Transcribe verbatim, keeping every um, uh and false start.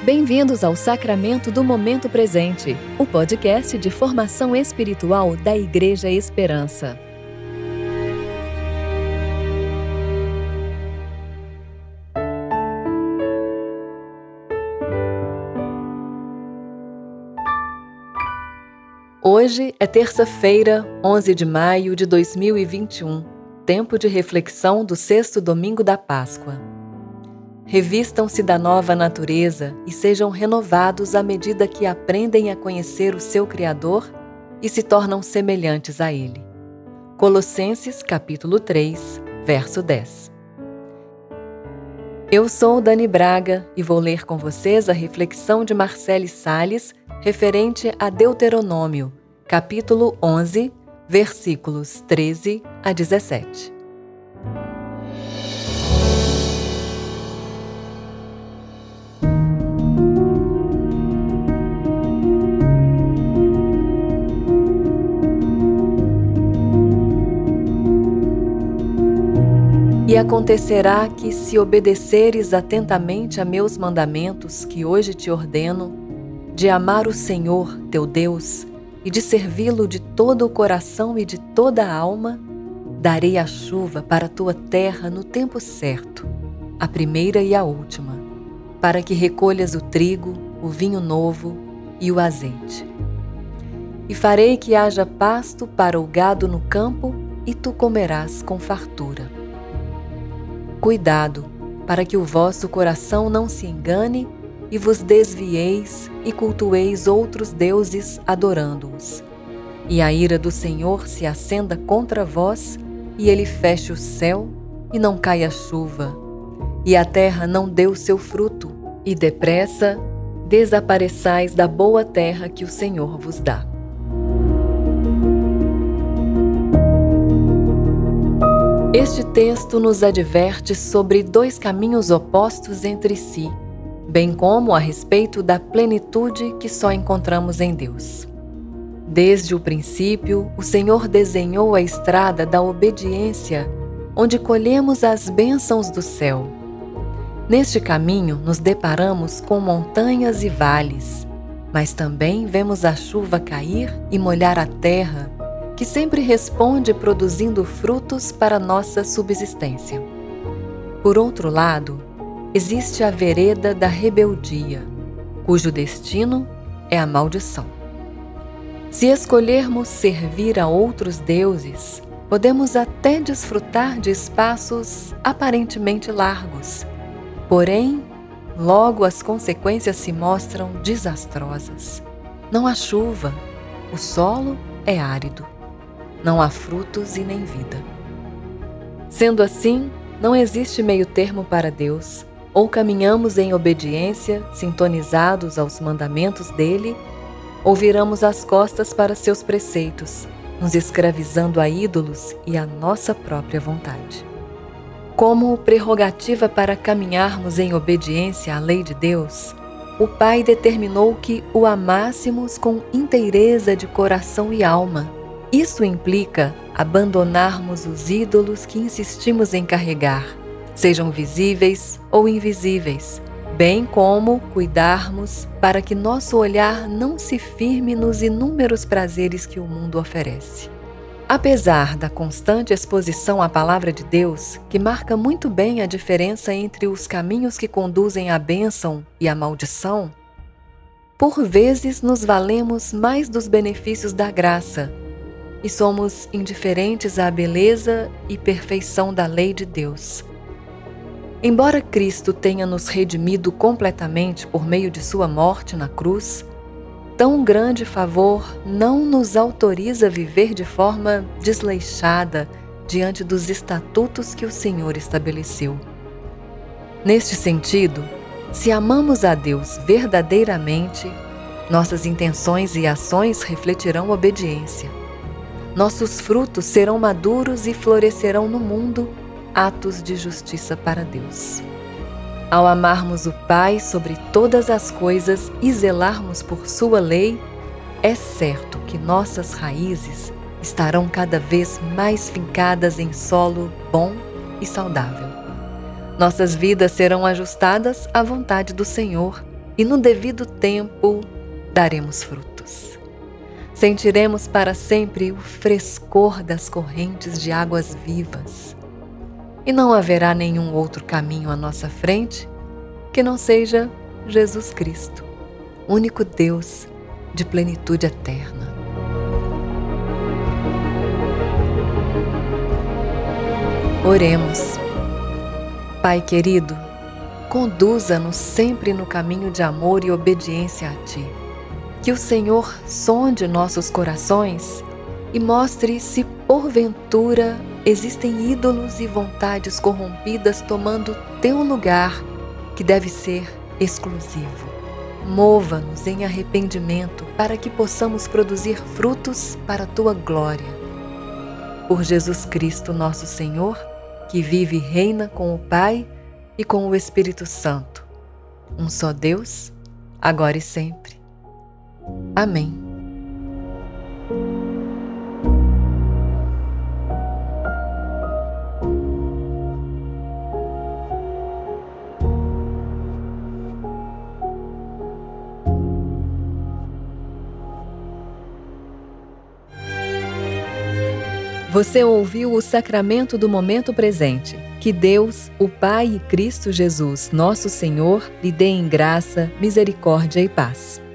Bem-vindos ao Sacramento do Momento Presente, o podcast de formação espiritual da Igreja Esperança. Hoje é terça-feira, onze de maio de dois mil e vinte e um, tempo de reflexão do sexto domingo da Páscoa. Revistam-se da nova natureza e sejam renovados à medida que aprendem a conhecer o seu Criador e se tornam semelhantes a Ele. Colossenses capítulo três, verso dez. Eu sou Dani Braga e vou ler com vocês a reflexão de Marcele Salles referente a Deuteronômio, capítulo onze, versículos treze a dezessete. E acontecerá que, se obedeceres atentamente a meus mandamentos que hoje te ordeno, de amar o Senhor, teu Deus, e de servi-lo de todo o coração e de toda a alma, darei a chuva para a tua terra no tempo certo, a primeira e a última, para que recolhas o trigo, o vinho novo e o azeite. E farei que haja pasto para o gado no campo, e tu comerás com fartura. Cuidado, para que o vosso coração não se engane e vos desvieis e cultueis outros deuses adorando-os. E a ira do Senhor se acenda contra vós, e ele feche o céu, e não caia chuva, e a terra não dê o seu fruto, e depressa desapareçais da boa terra que o Senhor vos dá. Este texto nos adverte sobre dois caminhos opostos entre si, bem como a respeito da plenitude que só encontramos em Deus. Desde o princípio, o Senhor desenhou a estrada da obediência, onde colhemos as bênçãos do céu. Neste caminho, nos deparamos com montanhas e vales, mas também vemos a chuva cair e molhar a terra, que sempre responde produzindo frutos para nossa subsistência. Por outro lado, existe a vereda da rebeldia, cujo destino é a maldição. Se escolhermos servir a outros deuses, podemos até desfrutar de espaços aparentemente largos, porém, logo as consequências se mostram desastrosas. Não há chuva, o solo é árido. Não há frutos e nem vida. Sendo assim, não existe meio termo para Deus. Ou caminhamos em obediência, sintonizados aos mandamentos dele, ou viramos as costas para seus preceitos, nos escravizando a ídolos e à nossa própria vontade. Como prerrogativa para caminharmos em obediência à lei de Deus, o Pai determinou que o amássemos com inteireza de coração e alma. Isso implica abandonarmos os ídolos que insistimos em carregar, sejam visíveis ou invisíveis, bem como cuidarmos para que nosso olhar não se firme nos inúmeros prazeres que o mundo oferece. Apesar da constante exposição à Palavra de Deus, que marca muito bem a diferença entre os caminhos que conduzem à bênção e à maldição, por vezes nos valemos mais dos benefícios da graça, e somos indiferentes à beleza e perfeição da lei de Deus. Embora Cristo tenha nos redimido completamente por meio de sua morte na cruz, tão grande favor não nos autoriza a viver de forma desleixada diante dos estatutos que o Senhor estabeleceu. Neste sentido, se amamos a Deus verdadeiramente, nossas intenções e ações refletirão obediência. Nossos frutos serão maduros e florescerão no mundo atos de justiça para Deus. Ao amarmos o Pai sobre todas as coisas e zelarmos por sua lei, é certo que nossas raízes estarão cada vez mais fincadas em solo bom e saudável. Nossas vidas serão ajustadas à vontade do Senhor e no devido tempo daremos frutos. Sentiremos para sempre o frescor das correntes de águas vivas, e não haverá nenhum outro caminho à nossa frente que não seja Jesus Cristo, único Deus de plenitude eterna. Oremos. Pai querido, conduza-nos sempre no caminho de amor e obediência a Ti. Que o Senhor sonde nossos corações e mostre se porventura existem ídolos e vontades corrompidas tomando Teu lugar, que deve ser exclusivo. Mova-nos em arrependimento para que possamos produzir frutos para a Tua glória. Por Jesus Cristo, nosso Senhor, que vive e reina com o Pai e com o Espírito Santo, um só Deus, agora e sempre. Amém. Você ouviu o Sacramento do Momento Presente. Que Deus, o Pai e Cristo Jesus, nosso Senhor, lhe dê em graça, misericórdia e paz.